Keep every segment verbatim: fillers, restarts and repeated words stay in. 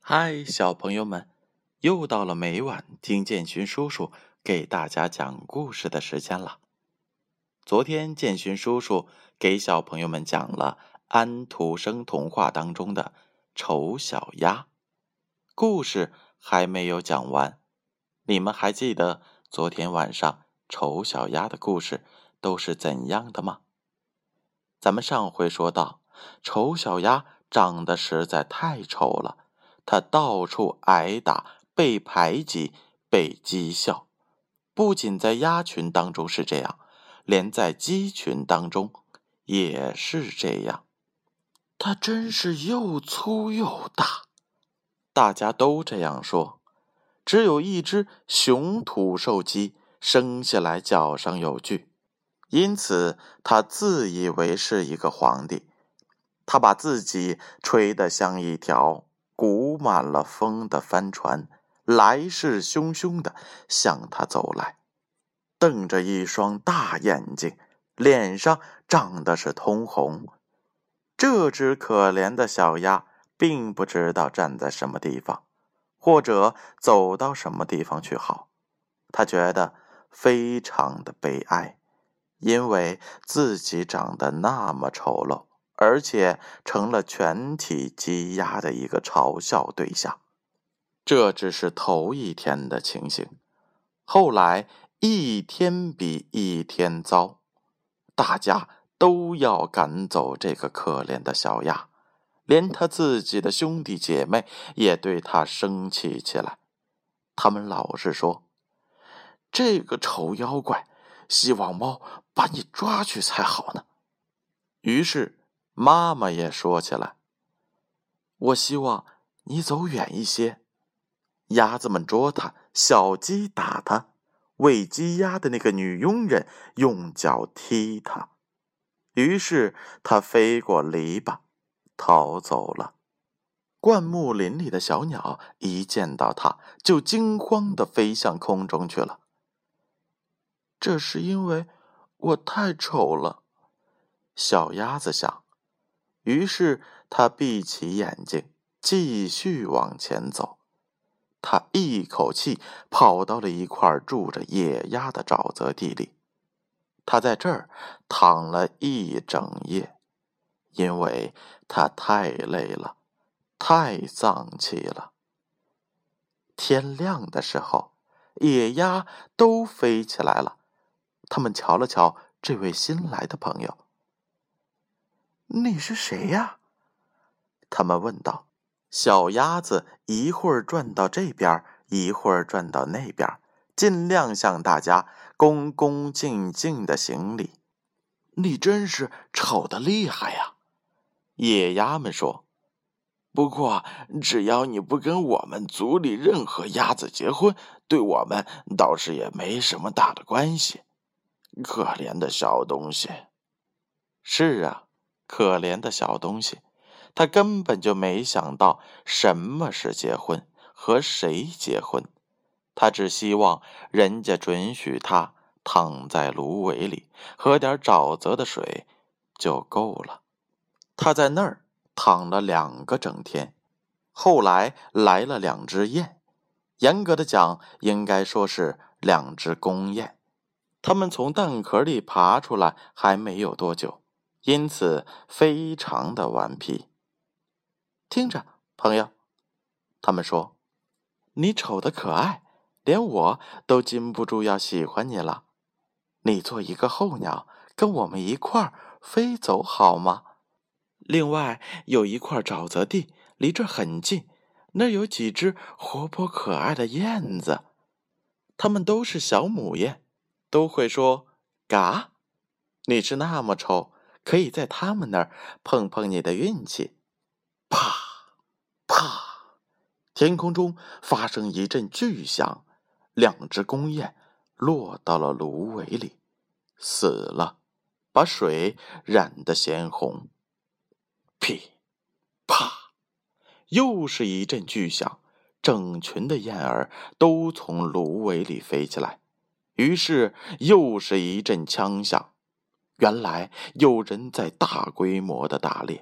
嗨，小朋友们，又到了每晚听建勋叔叔给大家讲故事的时间了。昨天建勋叔叔给小朋友们讲了安徒生童话当中的丑小鸭，故事还没有讲完。你们还记得昨天晚上丑小鸭的故事都是怎样的吗？咱们上回说到，丑小鸭长得实在太丑了，它到处挨打，被排挤，被讥笑。不仅在鸭群当中是这样，连在鸡群当中也是这样。它真是又粗又大，大家都这样说。只有一只雄土兽鸡生下来脚上有锯，因此他自以为是一个皇帝。他把自己吹得像一条鼓满了风的帆船，来势汹汹地向他走来，瞪着一双大眼睛，脸上涨的是通红。这只可怜的小鸭并不知道站在什么地方，或者走到什么地方去好。他觉得非常的悲哀，因为自己长得那么丑陋，而且成了全体鸡鸭的一个嘲笑对象。这只是头一天的情形，后来一天比一天糟，大家都要赶走这个可怜的小鸭，连他自己的兄弟姐妹也对他生气起来。他们老是说，这个丑妖怪，希望猫把你抓去才好呢。于是妈妈也说起来，我希望你走远一些。鸭子们捉他，小鸡打他，喂鸡鸭的那个女佣人用脚踢他。于是他飞过篱笆逃走了。灌木林里的小鸟一见到他，就惊慌地飞向空中去了。这是因为我太丑了，小鸭子想。于是他闭起眼睛，继续往前走。他一口气跑到了一块住着野鸭的沼泽地里。他在这儿躺了一整夜，因为他太累了，太脏气了。天亮的时候，野鸭都飞起来了。他们瞧了瞧这位新来的朋友。你是谁呀？他们问道。小鸭子一会儿转到这边，一会儿转到那边，尽量向大家恭恭敬敬的行礼。你真是丑得厉害呀！野鸭们说。不过只要你不跟我们族里任何鸭子结婚，对我们倒是也没什么大的关系。可怜的小东西。是啊，可怜的小东西，他根本就没想到什么是结婚，和谁结婚。他只希望人家准许他躺在芦苇里，喝点沼泽的水就够了。他在那儿躺了两个整天。后来来了两只雁，严格的讲，应该说是两只公雁。它们从蛋壳里爬出来还没有多久，因此非常的顽皮。听着，朋友，他们说，你丑得可爱，连我都禁不住要喜欢你了。你做一个候鸟，跟我们一块儿飞走好吗？另外有一块沼泽地，离这很近，那儿有几只活泼可爱的燕子，它们都是小母燕，都会说嘎。你是那么丑，可以在它们那儿碰碰你的运气。啪啪，天空中发生一阵巨响，两只公雁落到了芦苇里，死了，把水染得鲜红。噼啪，又是一阵巨响，整群的燕儿都从芦苇里飞起来。于是又是一阵枪响，原来有人在大规模的打猎。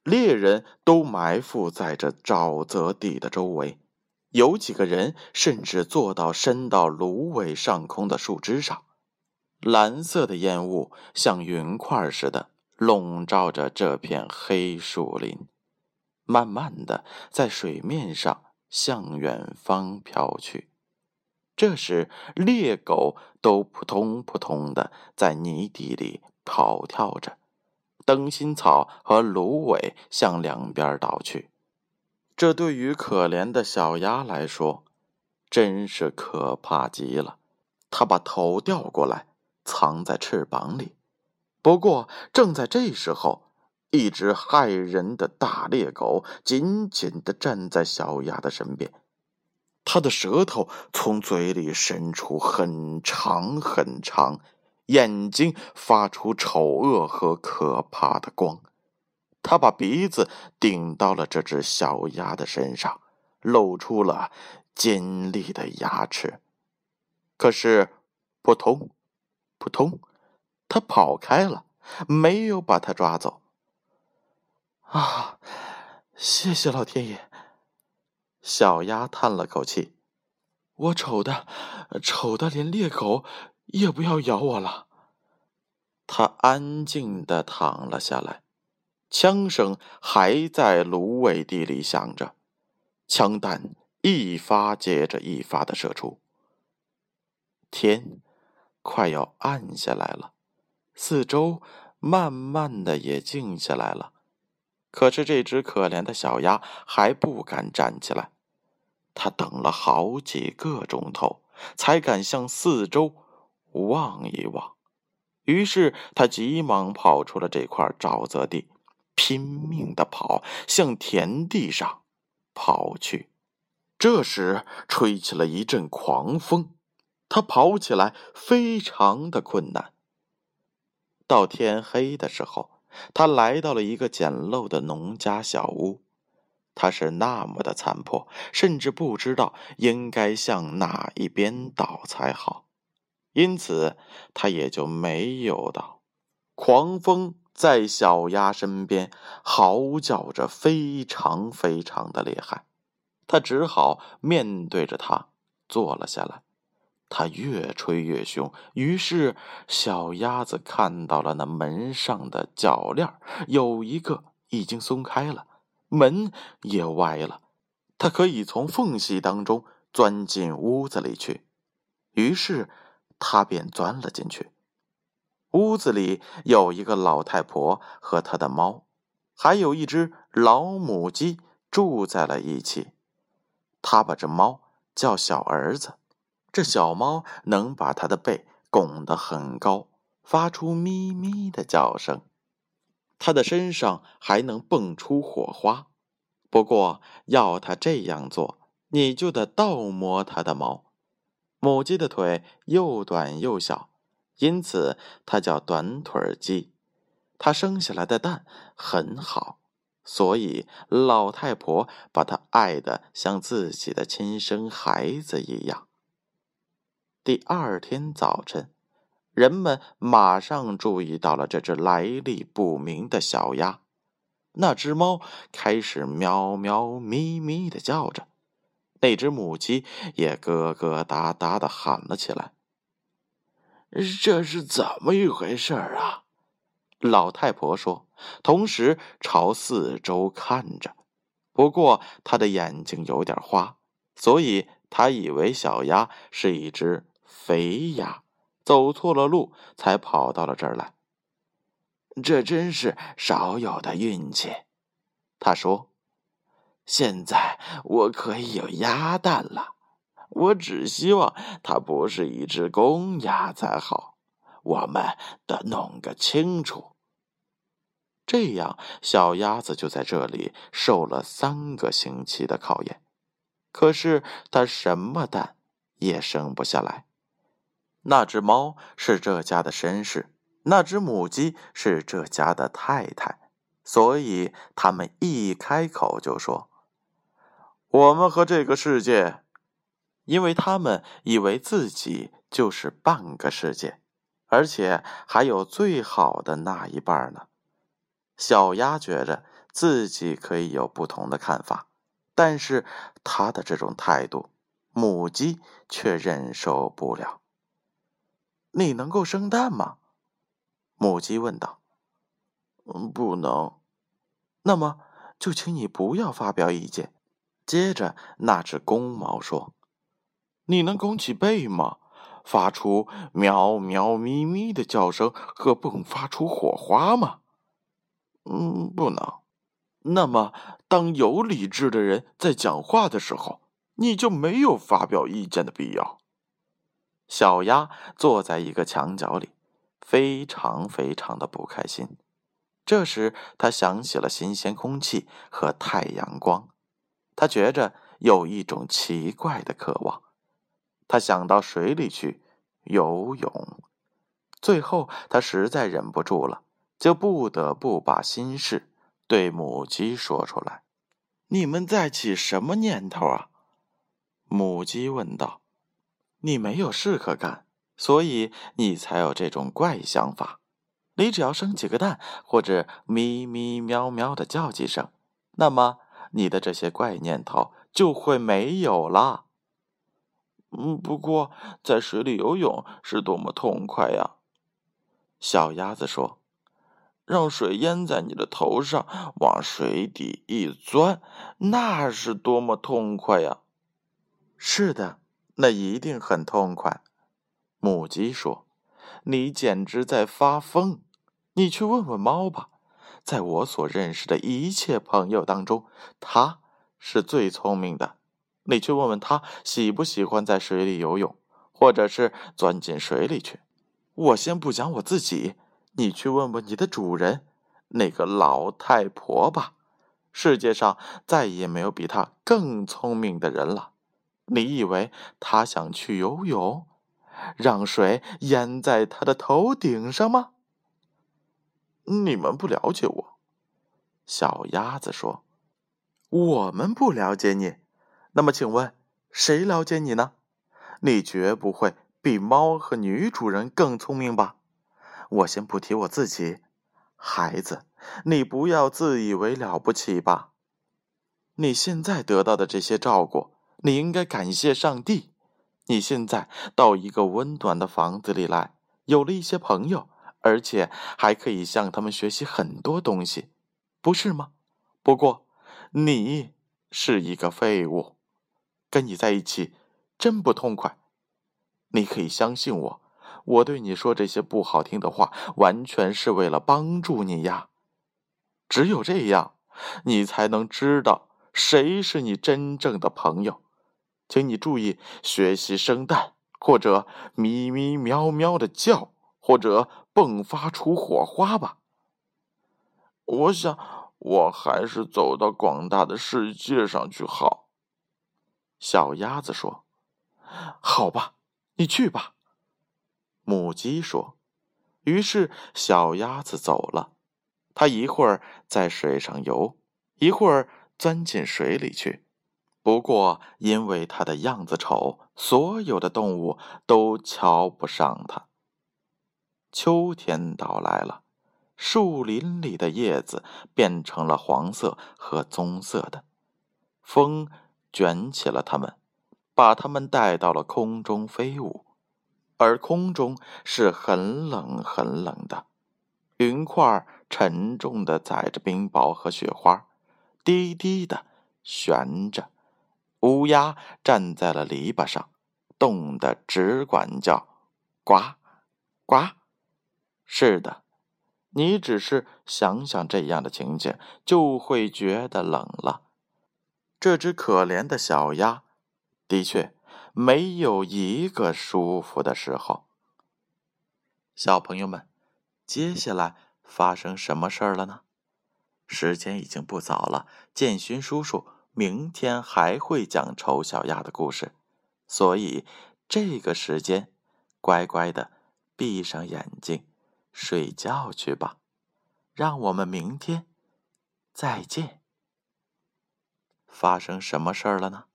猎人都埋伏在这沼泽地的周围，有几个人甚至坐到伸到芦苇上空的树枝上。蓝色的烟雾像云块似的笼罩着这片黑树林，慢慢的在水面上向远方飘去。这时猎狗都扑通扑通的在泥地里跑跳着，灯芯草和芦苇向两边倒去。这对于可怜的小鸭来说真是可怕极了，它把头掉过来藏在翅膀里。不过正在这时候，一只害人的大猎狗紧紧地站在小鸭的身边，它的舌头从嘴里伸出很长很长，眼睛发出丑恶和可怕的光。它把鼻子顶到了这只小鸭的身上，露出了尖利的牙齿。可是扑通扑通，它跑开了，没有把它抓走。啊，谢谢老天爷！小鸭叹了口气，我丑的丑的连猎狗也不要咬我了。它安静地躺了下来，枪声还在芦苇地里响着，枪弹一发接着一发地射出。天快要暗下来了，四周慢慢的也静下来了。可是这只可怜的小鸭还不敢站起来，它等了好几个钟头，才敢向四周望一望。于是它急忙跑出了这块沼泽地，拼命地跑，向田地上跑去。这时吹起了一阵狂风，它跑起来非常的困难。到天黑的时候，他来到了一个简陋的农家小屋，他是那么的残破，甚至不知道应该向哪一边倒才好，因此他也就没有倒。狂风在小鸭身边嚎叫着，非常非常的厉害，他只好面对着它坐了下来。它越吹越凶，于是小鸭子看到了那门上的铰链，有一个已经松开了，门也歪了，它可以从缝隙当中钻进屋子里去。于是它便钻了进去。屋子里有一个老太婆和她的猫，还有一只老母鸡住在了一起。她把这猫叫小儿子，这小猫能把它的背拱得很高，发出咪咪的叫声。它的身上还能蹦出火花，不过要它这样做，你就得倒摸它的毛。母鸡的腿又短又小，因此它叫短腿鸡。它生下来的蛋很好，所以老太婆把它爱得像自己的亲生孩子一样。第二天早晨，人们马上注意到了这只来历不明的小鸭。那只猫开始喵喵咪咪地叫着，那只母鸡也咯咯哒哒地喊了起来。这是怎么一回事啊？老太婆说，同时朝四周看着。不过她的眼睛有点花，所以她以为小鸭是一只肥鸭，走错了路才跑到了这儿来。这真是少有的运气，他说。现在我可以有鸭蛋了，我只希望它不是一只公鸭才好，我们得弄个清楚。这样小鸭子就在这里受了三个星期的考验，可是它什么蛋也生不下来。那只猫是这家的绅士，那只母鸡是这家的太太，所以他们一开口就说，我们和这个世界，因为他们以为自己就是半个世界，而且还有最好的那一半呢。小鸭觉着自己可以有不同的看法，但是他的这种态度，母鸡却忍受不了。你能够生蛋吗？母鸡问道。嗯，不能。那么就请你不要发表意见。接着那只公猫说，你能拱起背吗？发出喵喵咪咪的叫声和迸发出火花吗？嗯，不能。那么当有理智的人在讲话的时候，你就没有发表意见的必要。小鸭坐在一个墙角里，非常非常的不开心。这时他想起了新鲜空气和太阳光，他觉着有一种奇怪的渴望。他想到水里去游泳，最后他实在忍不住了，就不得不把心事对母鸡说出来。你们在起什么念头啊？母鸡问道。你没有事可干，所以你才有这种怪想法。你只要生几个蛋，或者咪咪喵喵的叫几声，那么你的这些怪念头就会没有了。嗯，不过在水里游泳是多么痛快呀！小鸭子说，让水淹在你的头上，往水底一钻，那是多么痛快呀！是的，那一定很痛快。母鸡说，你简直在发疯。你去问问猫吧，在我所认识的一切朋友当中，它是最聪明的。你去问问他喜不喜欢在水里游泳，或者是钻进水里去。我先不讲我自己，你去问问你的主人，那个老太婆吧。世界上再也没有比她更聪明的人了。你以为她想去游泳，让水淹在她的头顶上吗？你们不了解我。小鸭子说，我们不了解你。那么请问谁了解你呢？你绝不会比猫和女主人更聪明吧？我先不提我自己。孩子，你不要自以为了不起吧。你现在得到的这些照顾，你应该感谢上帝。你现在到一个温暖的房子里来，有了一些朋友，而且还可以向他们学习很多东西，不是吗？不过你是一个废物，跟你在一起真不痛快。你可以相信我，我对你说这些不好听的话，完全是为了帮助你呀。只有这样，你才能知道谁是你真正的朋友。请你注意学习生蛋，或者咪咪喵喵的叫，或者迸发出火花吧。我想我还是走到广大的世界上去好。小鸭子说，好吧，你去吧。母鸡说。于是小鸭子走了，它一会儿在水上游，一会儿钻进水里去。不过因为它的样子丑，所有的动物都瞧不上它。秋天到来了，树林里的叶子变成了黄色和棕色的，风卷起了它们，把它们带到了空中飞舞。而空中是很冷很冷的，云块沉重地载着冰雹和雪花，低低地悬着。乌鸦站在了篱笆上，冻得直管叫，呱呱。是的，你只是想想这样的情景，就会觉得冷了。这只可怜的小鸭，的确没有一个舒服的时候。小朋友们，接下来发生什么事儿了呢？时间已经不早了，建勋叔叔明天还会讲丑小鸭的故事，所以这个时间乖乖的闭上眼睛睡觉去吧。让我们明天再见。发生什么事儿了呢？